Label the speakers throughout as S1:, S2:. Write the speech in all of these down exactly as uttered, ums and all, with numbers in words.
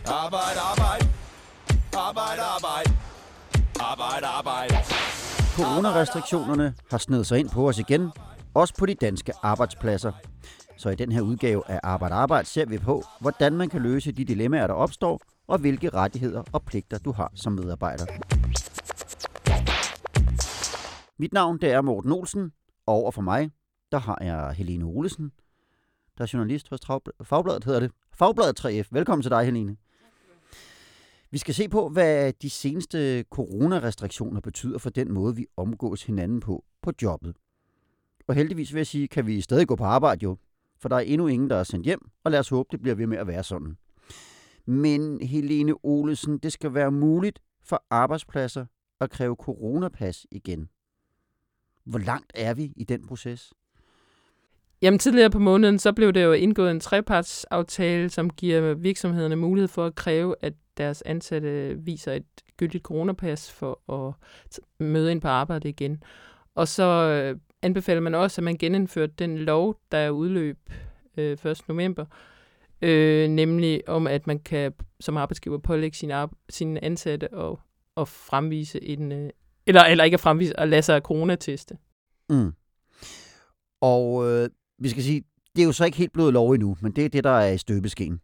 S1: Arbejde, arbejde. Arbejde, arbejde. Arbejde, arbejde.
S2: Coronarestriktionerne har snedet sig ind på os igen, også på de danske arbejdspladser. Så i den her udgave af Arbejde Arbejde ser vi på, hvordan man kan løse de dilemmaer, der opstår, og hvilke rettigheder og pligter du har som medarbejder. Mit navn det er Morten Olsen, og over for mig, der har jeg Helene Olesen, der er journalist hos Fagbladet, hedder det. Fagbladet tre F. Velkommen til dig, Helene. Vi skal se på, hvad de seneste coronarestriktioner betyder for den måde, vi omgås hinanden på på jobbet. Og heldigvis vil jeg sige, kan vi stadig gå på arbejde jo, for der er endnu ingen, der er sendt hjem, og lad os håbe, det bliver ved med at være sådan. Men Helene Olesen, det skal være muligt for arbejdspladser at kræve coronapas igen. Hvor langt er vi i den proces?
S3: Jamen tidligere på måneden, så blev det jo indgået en trepartsaftale, som giver virksomhederne mulighed for at kræve, at deres ansatte viser et gyldigt coronapas for at møde ind på arbejde igen. Og så øh, anbefaler man også, at man genindførte den lov, der er udløb øh, første november, øh, nemlig om, at man kan som arbejdsgiver pålægge sine, ar- sine ansatte og, og fremvise en, øh, eller, eller ikke at fremvise, at lade sig coronateste.
S2: Mm. Og øh, vi skal sige, det er jo så ikke helt blevet lov endnu, men det er det, der er i støbeskeen.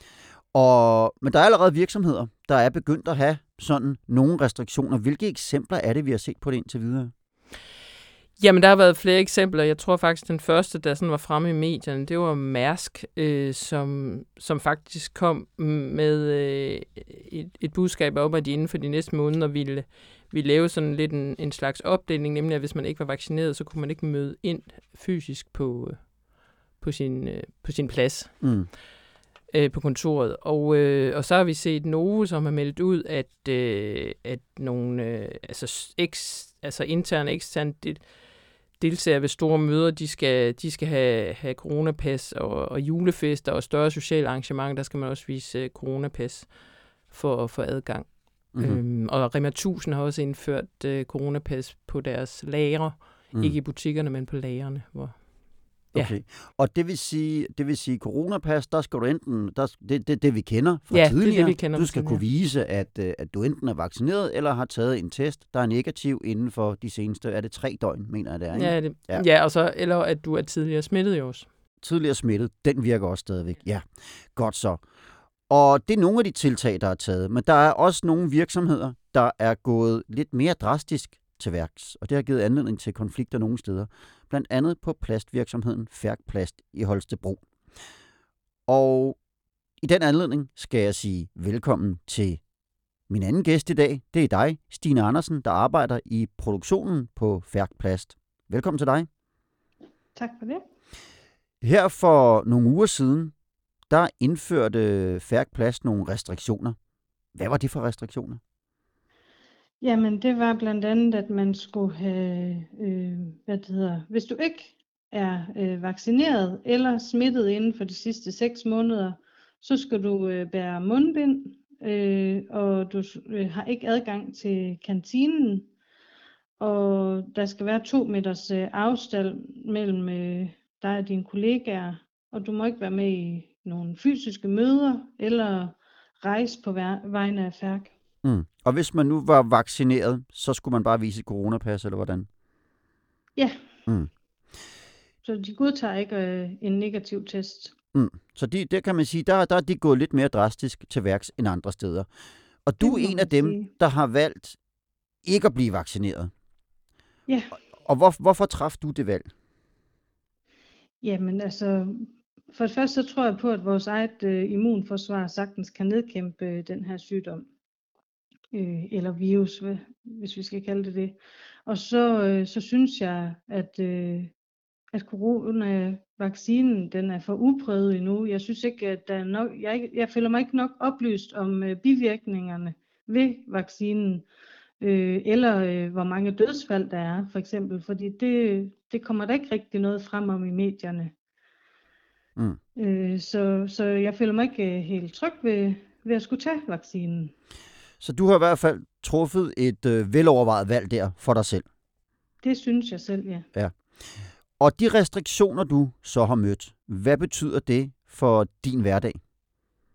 S2: Og, men der er allerede virksomheder, der er begyndt at have sådan nogle restriktioner. Hvilke eksempler er det, vi har set på det indtil videre?
S3: Jamen, der har været flere eksempler. Jeg tror faktisk, den første, der sådan var fremme i medierne, det var Mærsk, øh, som, som faktisk kom med øh, et, et budskab om, at de inden for de næste måneder ville, ville lave sådan lidt en, en slags opdeling, nemlig at hvis man ikke var vaccineret, så kunne man ikke møde ind fysisk på, på, sin, øh, på sin plads. Mm. på kontoret. Og, øh, og så har vi set Novo, som har meldt ud, at, øh, at nogle øh, altså, eks, altså interne og eksterne del, deltagere ved store møder, de skal, de skal have, have coronapas og, og julefester og større sociale arrangementer, der skal man også vise uh, coronapas for at få adgang. Mm-hmm. Øhm, og Rema tusind har også indført uh, coronapas på deres lagre, mm. ikke i butikkerne, men på lagrene, hvor
S2: Ja. Okay. Og det vil sige, det vil sige coronapas, der skal du enten, der, det, det, det vi kender fra
S3: ja,
S2: tidligere,
S3: det, det, vi kender
S2: du skal kunne vise, at, at du enten er vaccineret, eller har taget en test, der er negativ inden for de seneste, er det tre døgn, mener jeg det er, ikke?
S3: Ja, det, ja. ja og så, eller at du er tidligere smittet jo også.
S2: Tidligere smittet, den virker også stadigvæk, ja. Godt så. Og det er nogle af de tiltag, der er taget, men der er også nogle virksomheder, der er gået lidt mere drastisk til værks, og det har givet anledning til konflikter nogle steder. Blandt andet på plastvirksomheden Færk Plast i Holstebro. Og i den anledning skal jeg sige velkommen til min anden gæst i dag. Det er dig, Stine Andersen, der arbejder i produktionen på Færk Plast. Velkommen til dig.
S4: Tak for det.
S2: Her for nogle uger siden, der indførte Færk Plast nogle restriktioner. Hvad var det for restriktioner?
S4: Jamen, det var blandt andet, at man skulle have, øh, hvad det hedder, hvis du ikke er øh, vaccineret eller smittet inden for de sidste seks måneder, så skal du øh, bære mundbind, øh, og du øh, har ikke adgang til kantinen, og der skal være to meters øh, afstand mellem øh, dig og dine kollegaer, og du må ikke være med i nogle fysiske møder eller rejse på vegne af Færk.
S2: Mm. Og hvis man nu var vaccineret, så skulle man bare vise et coronapas, eller hvordan?
S4: Ja.
S2: Mm.
S4: Så de godtager ikke øh, en negativ test.
S2: Mm. Så de, det kan man sige, der, der er de gået lidt mere drastisk til værks end andre steder. Og du er en af dem, sige. der har valgt ikke at blive vaccineret.
S4: Ja.
S2: Og, og hvor, hvorfor traf du det valg?
S4: Jamen altså, for det første så tror jeg på, at vores eget øh, immunforsvar sagtens kan nedkæmpe øh, den her sygdom. Øh, eller virus, hvis vi skal kalde det det. Og så, øh, så synes jeg, at, øh, at coronavaccinen, den er for uprøvet endnu. Jeg synes ikke, at der er nok, jeg, jeg føler mig ikke nok oplyst om øh, bivirkningerne ved vaccinen, øh, eller øh, hvor mange dødsfald der er, for eksempel, fordi det, det kommer der ikke rigtig noget frem om i medierne. Mm. Øh, så, så jeg føler mig ikke helt tryg ved, ved at skulle tage vaccinen.
S2: Så du har i hvert fald truffet et øh, velovervejet valg der for dig selv?
S4: Det synes jeg selv, ja.
S2: Ja. Og de restriktioner, du så har mødt, hvad betyder det for din hverdag?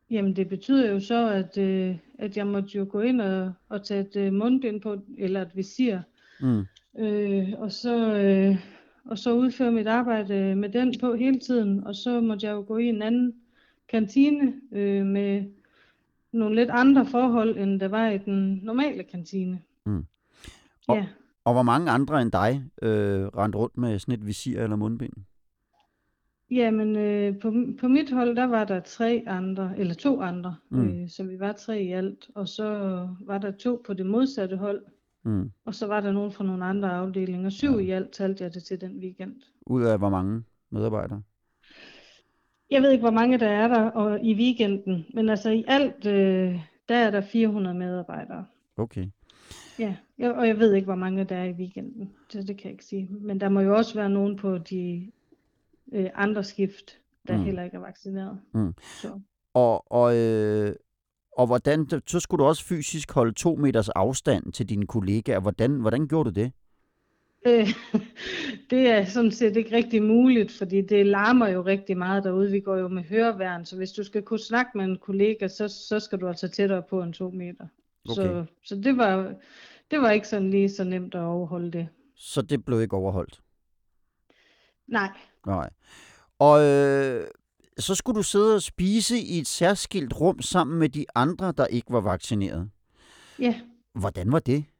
S4: Jamen det betyder jo så, at, øh, at jeg måtte jo gå ind og, og tage et øh, mundbind på, eller et visir,
S2: Mm.
S4: øh, og, så, øh, og så udføre mit arbejde med den på hele tiden. Og så måtte jeg jo gå i en anden kantine øh, med nogle lidt andre forhold, end der var i den normale kantine.
S2: Mm. Og,
S4: Ja.
S2: og hvor mange andre end dig øh, rendte rundt med sådan et visir eller mundbind?
S4: Jamen, øh, på, på mit hold, der var der tre andre, eller to andre,
S2: Mm.
S4: øh, så vi var tre i alt. Og så var der to på det modsatte hold,
S2: Mm.
S4: og så var der nogen fra nogle andre afdelinger. Syv
S2: Ja.
S4: i alt talte jeg det til den weekend.
S2: Ud af hvor mange medarbejdere?
S4: Jeg ved ikke, hvor mange der er der og i weekenden, men altså i alt, øh, der er der fire hundrede medarbejdere.
S2: Okay.
S4: Ja, jeg- og jeg ved ikke, hvor mange der er i weekenden, så det kan jeg ikke sige. Men der må jo også være nogen på de øh, andre skift, der
S2: Mm.
S4: heller ikke er vaccineret.
S2: Mm.
S4: Så.
S2: Og, og, øh, og hvordan, så skulle du også fysisk holde to meters afstand til dine kollegaer. Hvordan, hvordan gjorde du det?
S4: Øh, det er sådan set ikke rigtig muligt, fordi det larmer jo rigtig meget derude. Vi går jo med høreværn, så hvis du skal kunne snakke med en kollega, så, så skal du altså tættere på en to meter.
S2: Okay.
S4: Så, så det var, det var ikke sådan lige så nemt at overholde det.
S2: Så det blev ikke overholdt?
S4: Nej,
S2: Nej. Og øh, så skulle du sidde og spise i et særskilt rum sammen med de andre, der ikke var vaccineret.
S4: ja.
S2: Hvordan var det?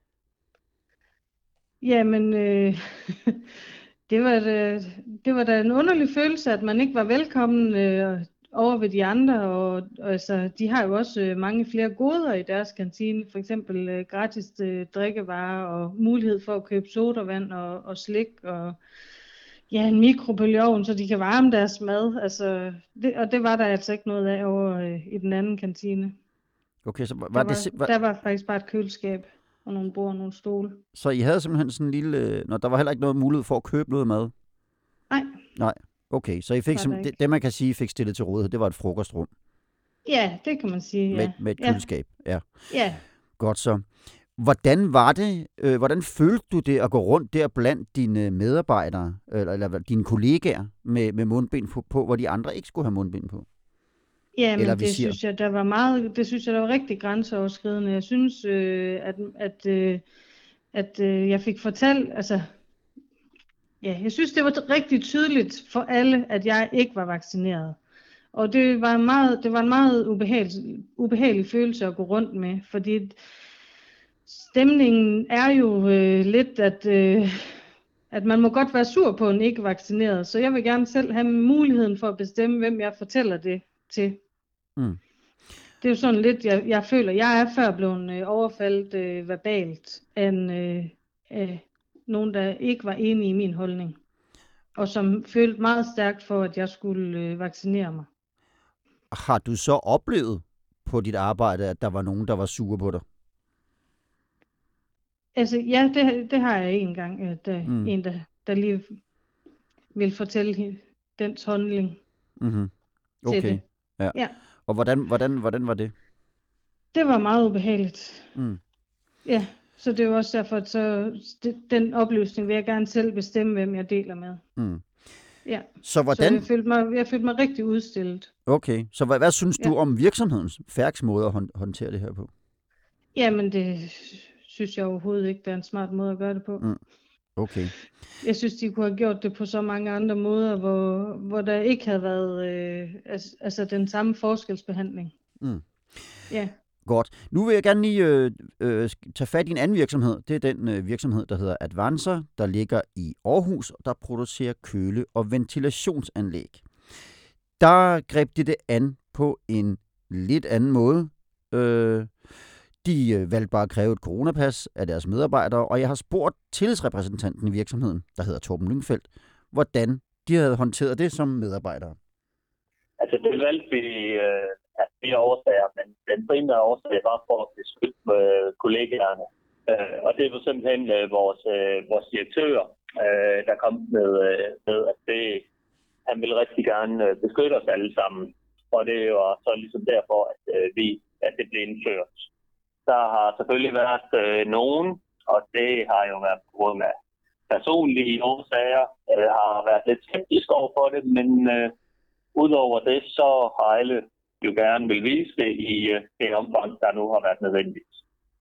S4: Jamen, øh, det var da, det var da en underlig følelse, at man ikke var velkommen øh, over ved de andre. Og, og altså, de har jo også øh, mange flere goder i deres kantine. For eksempel øh, gratis øh, drikkevarer og mulighed for at købe sodavand og, og slik og ja, en mikrobølgeovn, så de kan varme deres mad. Altså, det, og det var der altså ikke noget af over øh, i den anden kantine.
S2: Okay, så var,
S4: Der
S2: var
S4: var,
S2: det si- var,
S4: der var faktisk bare et køleskab og nogle bord og nogle stole.
S2: så I havde simpelthen sådan en lille... Øh, når der var heller ikke noget mulighed for at købe noget mad?
S4: Nej.
S2: Nej. Okay, så I fik
S4: Var
S2: sim-
S4: der
S2: det,
S4: ikke.
S2: det, man kan sige, I fik stillet til rådighed, det var et frokostrum
S4: Ja, det kan man sige,
S2: med,
S4: ja.
S2: med et
S4: Ja.
S2: køleskab. Ja.
S4: Ja,
S2: Godt så. Hvordan var det, øh, hvordan følte du det at gå rundt der blandt dine medarbejdere, eller, eller dine kollegaer, med, med mundbind på, på, hvor de andre ikke skulle have mundbind på?
S4: ja,
S2: Eller
S4: men det
S2: visir.
S4: synes jeg, der var meget, det synes jeg, der var rigtig grænseoverskridende. Jeg synes, øh, at, at, øh, at øh, jeg fik fortalt, altså, ja, jeg synes, det var rigtig tydeligt for alle, at jeg ikke var vaccineret. Og det var en meget, det var en meget ubehagelig, ubehagelig følelse at gå rundt med, fordi stemningen er jo øh, lidt, at, øh, at man må godt være sur på en ikke vaccineret, så jeg vil gerne selv have muligheden for at bestemme, hvem jeg fortæller det til.
S2: Mm.
S4: Det er jo sådan lidt, jeg, jeg føler, jeg er før blevet øh, overfaldt øh, verbalt af en, øh, øh, nogen, der ikke var enige i min holdning, og som følte meget stærkt for, at jeg skulle øh, vaccinere mig.
S2: Har du så oplevet på dit arbejde, at der var nogen, der var sure på dig?
S4: Altså, ja, det, det har jeg en gang, at der
S2: Mm.
S4: mm. en, der, der lige vil fortælle hende dens handling
S2: Mm-hmm.
S4: til
S2: Okay.
S4: det.
S2: Ja.
S4: Ja.
S2: Og hvordan, hvordan, hvordan var det?
S4: Det var meget ubehageligt.
S2: Mm.
S4: Ja, så det er jo også derfor, at så, det, den oplysning vil jeg gerne selv bestemme, hvem jeg deler med.
S2: Mm.
S4: Ja.
S2: Så
S4: Så
S2: hvordan...
S4: jeg følte mig, jeg følte mig rigtig udstillet.
S2: Okay, så hvad, hvad synes
S4: Ja.
S2: du om virksomhedens Færks måde at hånd- håndtere det her på?
S4: Jamen, det synes jeg overhovedet ikke, det er en smart måde at gøre det på.
S2: Mm. Okay.
S4: Jeg synes, de kunne have gjort det på så mange andre måder, hvor, hvor der ikke havde været øh, altså, altså den samme forskelsbehandling.
S2: Mm.
S4: Ja.
S2: Godt. Nu vil jeg gerne lige øh, øh, tage fat i en anden virksomhed. Det er den øh, virksomhed, der hedder Advancer, der ligger i Aarhus, og der producerer køle- og ventilationsanlæg. Der greb de det an på en lidt anden måde. Øh, de øh, valgte bare at kræve et coronapas af deres medarbejdere, og jeg har spurgt tillidsrepræsentanten i virksomheden, der hedder Torben Lyngfeldt, hvordan de havde håndteret det som medarbejdere.
S5: Altså det valgte vi øh, af flere årsager, men den primære årsag var for at beskytte øh, kollegaerne. Øh, og det var simpelthen øh, vores, øh, vores direktør, øh, der kom med, øh, med at det, han ville rigtig gerne øh, beskytte os alle sammen. Og det var så ligesom derfor, at, øh, vi, at det blev indført. Der har selvfølgelig været øh, nogen, og det har jo været på grund af personlige årsager, øh, har været lidt skeptisk over for det, men øh, udover det, så har alle jo gerne vil vise det i øh, det omfang, der nu har været nødvendigt.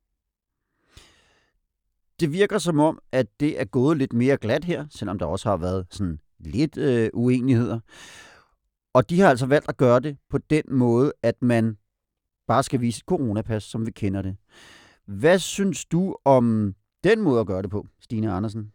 S2: Det virker som om, at det er gået lidt mere glat her, selvom der også har været sådan lidt øh, uenigheder. Og de har altså valgt at gøre det på den måde, at man bare skal vise et coronapas, som vi kender det. Hvad synes du om den måde at gøre det på, Stine Andersen?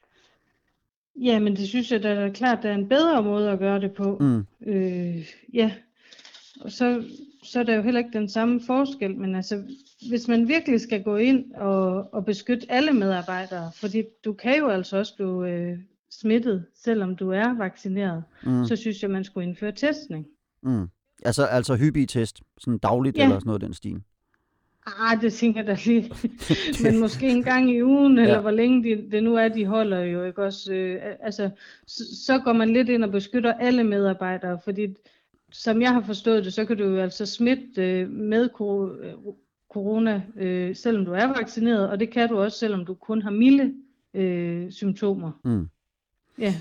S4: Ja, men det synes jeg da er klart, der er en bedre måde at gøre det på.
S2: Mm.
S4: Øh, ja, og så, så er der jo heller ikke den samme forskel, men altså, hvis man virkelig skal gå ind og, og beskytte alle medarbejdere, fordi du kan jo altså også blive øh, smittet, selvom du er vaccineret,
S2: Mm.
S4: så synes jeg, man skulle indføre testning.
S2: Mm. Altså, altså hyppige test, sådan dagligt
S4: Ja.
S2: eller sådan noget i den stil.
S4: Ah, det tænker jeg da lige. Men måske en gang i ugen, eller
S2: Ja.
S4: hvor længe de, det nu er, de holder jo, ikke også? Øh, altså, så, så går man lidt ind og beskytter alle medarbejdere, fordi som jeg har forstået det, så kan du jo altså smitte øh, med kor- øh, corona, øh, selvom du er vaccineret, og det kan du også, selvom du kun har milde øh, symptomer.
S2: Mm.
S4: Ja.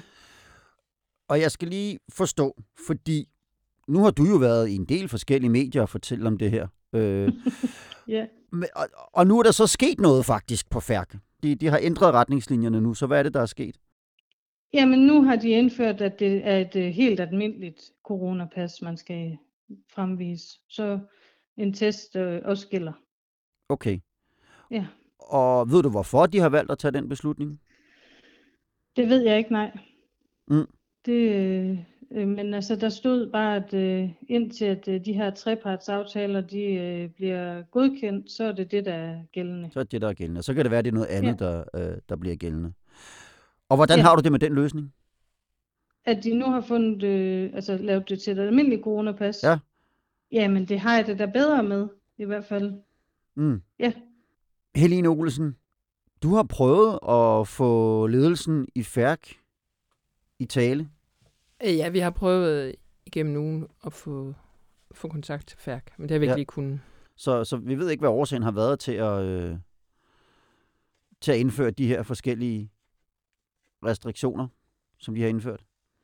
S2: Og jeg skal lige forstå, fordi nu har du jo været i en del forskellige medier og fortælle om det her. Øh,
S4: Ja.
S2: men- og, og nu er der så sket noget faktisk på Færk. De, de har ændret retningslinjerne nu, så hvad er det, der er sket?
S4: Jamen nu har de indført, at det er et øh, helt almindeligt coronapas, man skal fremvise. Så en test øh, også gælder.
S2: Okay.
S4: Ja.
S2: Og ved du, hvorfor de har valgt at tage den beslutning?
S4: Det ved jeg ikke, nej.
S2: Mm.
S4: Det, øh, øh, men altså, der stod bare, at øh, indtil at øh, de her trepartsaftaler, de øh, bliver godkendt, så er det det, der er gældende.
S2: Så er det, der er gældende. Så kan det være, at det er noget andet,
S4: Ja.
S2: der, øh, der bliver gældende. Og hvordan
S4: Ja.
S2: har du det med den løsning?
S4: At de nu har fundet, øh, altså lavet det til et almindeligt coronapas.
S2: Ja.
S4: Jamen, det har jeg det da bedre med, i hvert fald.
S2: Mm.
S4: Ja.
S2: Helene Olesen, du har prøvet at få ledelsen i Færk i tale.
S3: Øh, Ja, vi har prøvet igennem ugen at få, få kontakt til Færk, men det har vi ikke
S2: Ja.
S3: lige kunnet.
S2: Så, så vi ved ikke, hvad årsagen har været til at, øh, til at indføre de her forskellige restriktioner, som de har indført.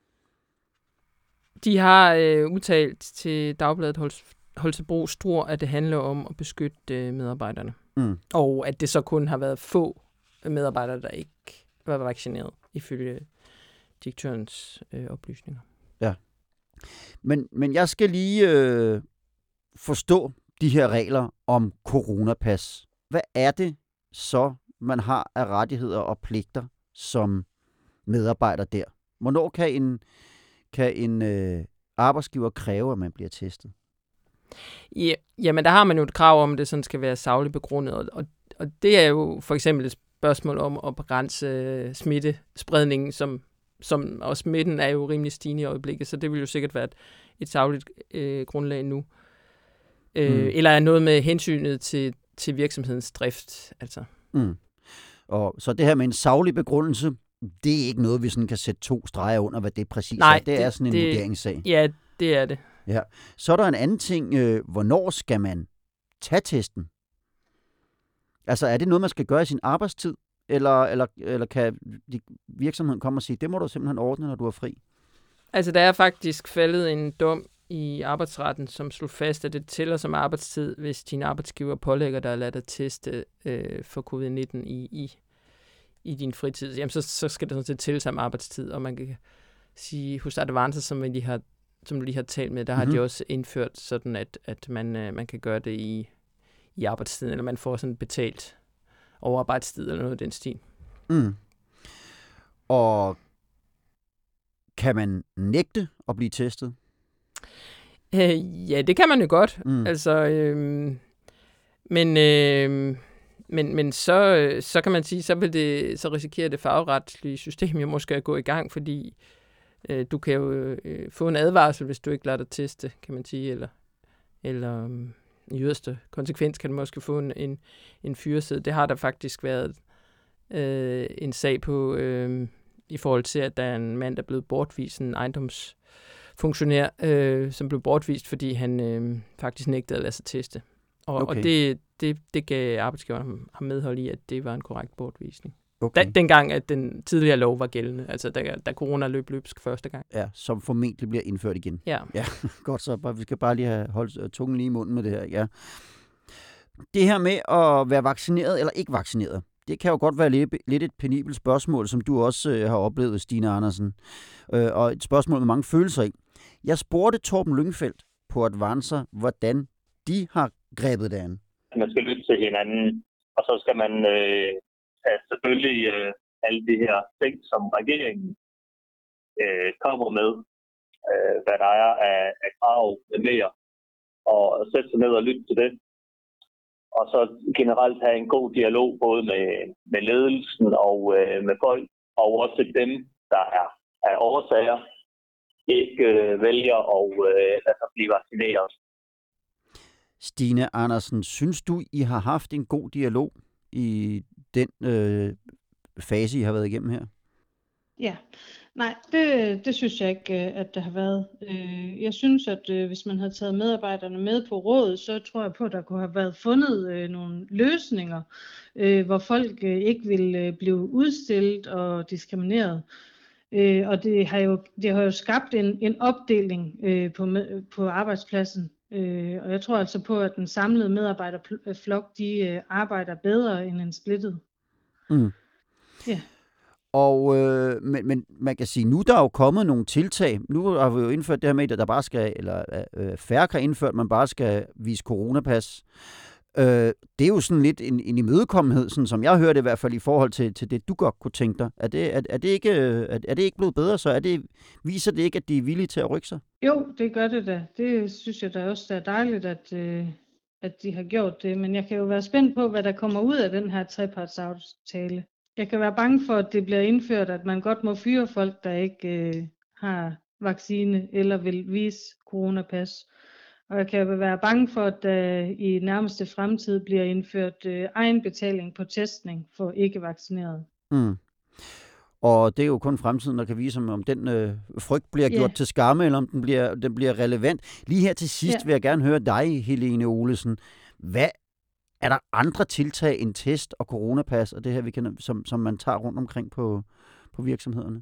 S3: De har øh, udtalt til Dagbladet Holst- Holstebro Struer, at det handler om at beskytte øh, medarbejderne.
S2: Mm.
S3: Og at det så kun har været få medarbejdere, der ikke var vaccineret, ifølge direktørens øh, oplysninger.
S2: Men, men jeg skal lige øh, forstå de her regler om coronapas. Hvad er det så, man har af rettigheder og pligter som medarbejder der? Hvornår kan en, kan en øh, arbejdsgiver kræve, at man bliver testet?
S3: Ja, jamen, der har man jo et krav om, at det sådan skal være sagligt begrundet, og, og, og det er jo for eksempel et spørgsmål om at begrænse øh, smittespredningen, som, som og smitten er jo rimelig stigende i øjeblikket, så det vil jo sikkert være et, et sagligt øh, grundlag nu. Øh,
S2: Mm.
S3: Eller er noget med hensynet til, til virksomhedens drift, altså.
S2: Mm. Og så det her med en saglig begrundelse, det er ikke noget, vi sådan kan sætte to streger under, hvad det præcis
S3: Nej,
S2: er. Det, det er
S3: det-
S2: sådan en
S3: det-
S2: vurderingssag.
S3: Ja, det er det.
S2: Så er der en anden ting. Øh, hvornår skal man tage testen? Altså, er det noget, man skal gøre i sin arbejdstid? Eller, eller, eller kan de, virksomheden komme og sige, det må du simpelthen ordne, når du er fri?
S3: Altså, der er faktisk faldet en dom i arbejdsretten, som slog fast, at det tæller som arbejdstid, hvis din arbejdsgiver pålægger dig at lade dig teste øh, for covid nitten i, i, i din fritid. Jamen, så, så skal det sådan set tælle som arbejdstid, og man kan sige, hos Advances, som vi lige har, som du lige har talt med, der mm-hmm. har
S2: Mhm.
S3: de også indført sådan, at, at man, øh, man kan gøre det i, i arbejdstiden, eller man får sådan betalt overarbejdstid, eller noget af den stil.
S2: Mm. Og kan man nægte at blive testet?
S3: Øh, ja, det kan man jo godt.
S2: Mm.
S3: Altså, øhm, men, øhm, men, men så, øh, så kan man sige, så vil det, så risikerer det fagretlige system jo måske at gå i gang, fordi øh, du kan jo øh, få en advarsel, hvis du ikke lader dig teste, kan man sige, eller, eller øhm, i yderste konsekvens kan du måske få en, en, en fyresæde. Det har der faktisk været øh, en sag på, øh, i forhold til, at der er en mand, der er blevet bortvist, en ejendoms funktionær, øh, som blev bortvist, fordi han øh, faktisk nægtede at lade sig teste. Og,
S2: Okay.
S3: og det, det, det gav arbejdsgiveren ham medhold i, at det var en korrekt bortvisning.
S2: Okay.
S3: Da, dengang, at den tidligere lov var gældende, altså da, da corona løb løbsk første gang.
S2: Ja, som formentlig bliver indført igen.
S3: Ja.
S2: Ja, godt så. Bare, vi skal bare lige have holdt tungen lige i munden med det her. Ja. Det her med at være vaccineret eller ikke vaccineret, det kan jo godt være lidt, lidt et penibelt spørgsmål, som du også øh, har oplevet, Stine Andersen. Øh, og et spørgsmål med mange følelser i. Jeg spurgte Torben Lyngfeldt på Advancer, hvordan de har grebet det an.
S5: Man skal lytte til hinanden, og så skal man øh, have selvfølgelig øh, alle de her ting, som regeringen øh, kommer med, øh, hvad der er af, af krav med mere, og sætte sig ned og lytte til det. Og så generelt have en god dialog både med, med ledelsen og øh, med folk, og også dem, der er, er årsager, ikke øh, vælger at øh, lade sig blive vaccineret.
S2: Stine Andersen, synes du, I har haft en god dialog i den øh, fase, I har været igennem her?
S4: Ja, nej, det, det synes jeg ikke, at der har været. Jeg synes, at hvis man havde taget medarbejderne med på råd, så tror jeg på, at der kunne have været fundet nogle løsninger, hvor folk ikke ville blive udstillet og diskrimineret. Og det har jo, det har jo skabt en, en opdeling på, på arbejdspladsen. Og jeg tror altså på, at den samlede medarbejderflok, de arbejder bedre end en splittet.
S2: Mm.
S4: Ja.
S2: Og, øh, men, men man kan sige, nu der er jo kommet nogle tiltag. Nu har vi jo indført det her med, at der bare skal, eller øh, færre har indført, at man bare skal vise coronapas. Øh, det er jo sådan lidt en, en imødekommenhed, sådan som jeg hørte i hvert fald i forhold til, til det, du godt kunne tænke dig. Er det, er, er det, ikke, er, er det ikke blevet bedre, så er det, viser det ikke, at de er villige til at rykke sig?
S4: Jo, det gør det da. Det synes jeg da også, det er dejligt, at, øh, at de har gjort det. Men jeg kan jo være spændt på, hvad der kommer ud af den her trepartsaftale. Jeg kan være bange for, at det bliver indført, at man godt må fyre folk, der ikke øh, har vaccine eller vil vise coronapas. Og jeg kan være bange for, at der i nærmeste fremtid bliver indført øh, egenbetaling på testning for ikke-vaccinerede.
S2: Mm. Og det er jo kun fremtiden, der kan vise, om den øh, frygt bliver gjort
S4: Yeah.
S2: til skamme, eller om den bliver, den bliver relevant. Lige her til sidst
S4: Ja.
S2: vil jeg gerne høre dig, Helene Olesen. Hvad er der andre tiltag end test og coronapas, og det her, vi kan, som, som man tager rundt omkring på, på virksomhederne?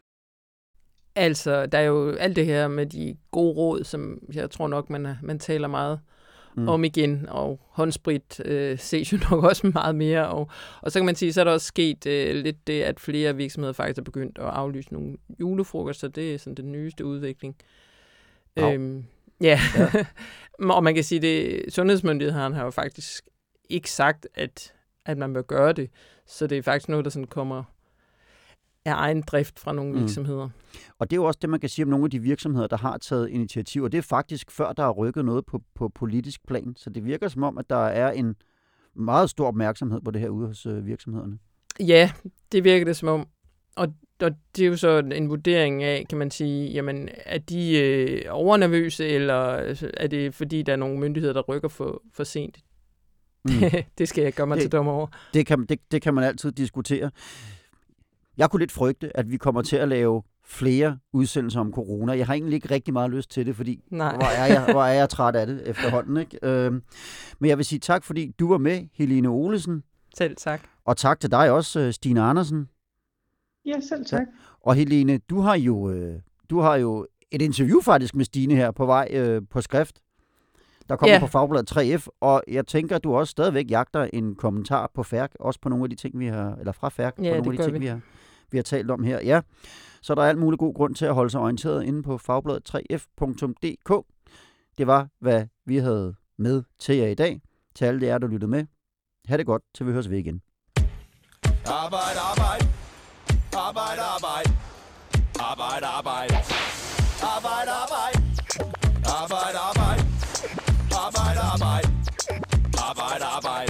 S3: Altså, der er jo alt det her med de gode råd, som jeg tror nok, man, man taler meget mm. om igen, og håndsprit øh, ses jo nok også meget mere. Og, og så kan man sige, så er der også sket øh, lidt det, at flere virksomheder faktisk er begyndt at aflyse nogle julefrokoster. Det er sådan den nyeste udvikling.
S2: Wow.
S3: Øhm, ja, ja. Og man kan sige, det sundhedsmyndighederne har jo faktisk ikke sagt, at, at man bør gøre det. Så det er faktisk noget, der sådan kommer af egen drift fra nogle virksomheder. Mm.
S2: Og det er jo også det, man kan sige om nogle af de virksomheder, der har taget initiativer. Det er faktisk før, der er rykket noget på, på politisk plan. Så det virker som om, at der er en meget stor opmærksomhed på det her ude hos øh, virksomhederne.
S3: Ja, det virker det som om. Og, og det er jo så en vurdering af, kan man sige, jamen, er de øh, overnervøse, eller er det fordi, der er nogle myndigheder, der rykker for, for sent? Mm. Det skal jeg gøre mig
S2: det,
S3: til dommer over.
S2: Det kan, det, det kan man altid diskutere. Jeg kunne lidt frygte, at vi kommer til at lave flere udsendelser om corona. Jeg har egentlig ikke rigtig meget lyst til det, fordi
S3: Nej.
S2: hvor er jeg, hvor er jeg træt af det efterhånden. Ikke? Øhm, men jeg vil sige tak, fordi du var med, Helene Olesen.
S3: Selv tak.
S2: Og tak til dig også, Stine Andersen.
S4: Ja, selv tak. Ja.
S2: Og Helene, du har jo, øh, du har jo et interview faktisk med Stine her på vej øh, på skrift. Der kommer yeah. på Fagbladet tre F, og jeg tænker, at du også stadigvæk jagter en kommentar på Færk, også på nogle af de ting, vi har, eller fra Færk,
S3: ja,
S2: på nogle af de ting, vi. vi har, vi har talt om her. Ja, så der er alt muligt god grund til at holde sig orienteret inde på fagbladet tre f punktum d k. Det var, hvad vi havde med til jer i dag. Til alle jer, der lyttede med. Ha' det godt, til vi høres ved igen.
S1: Arbejde, arbejde. Arbejde, arbejde. Arbejde, arbejde. Arbejde, arbejde. Arbejde, arbejde. Arbejde, arbejde. Arbejde, arbejde.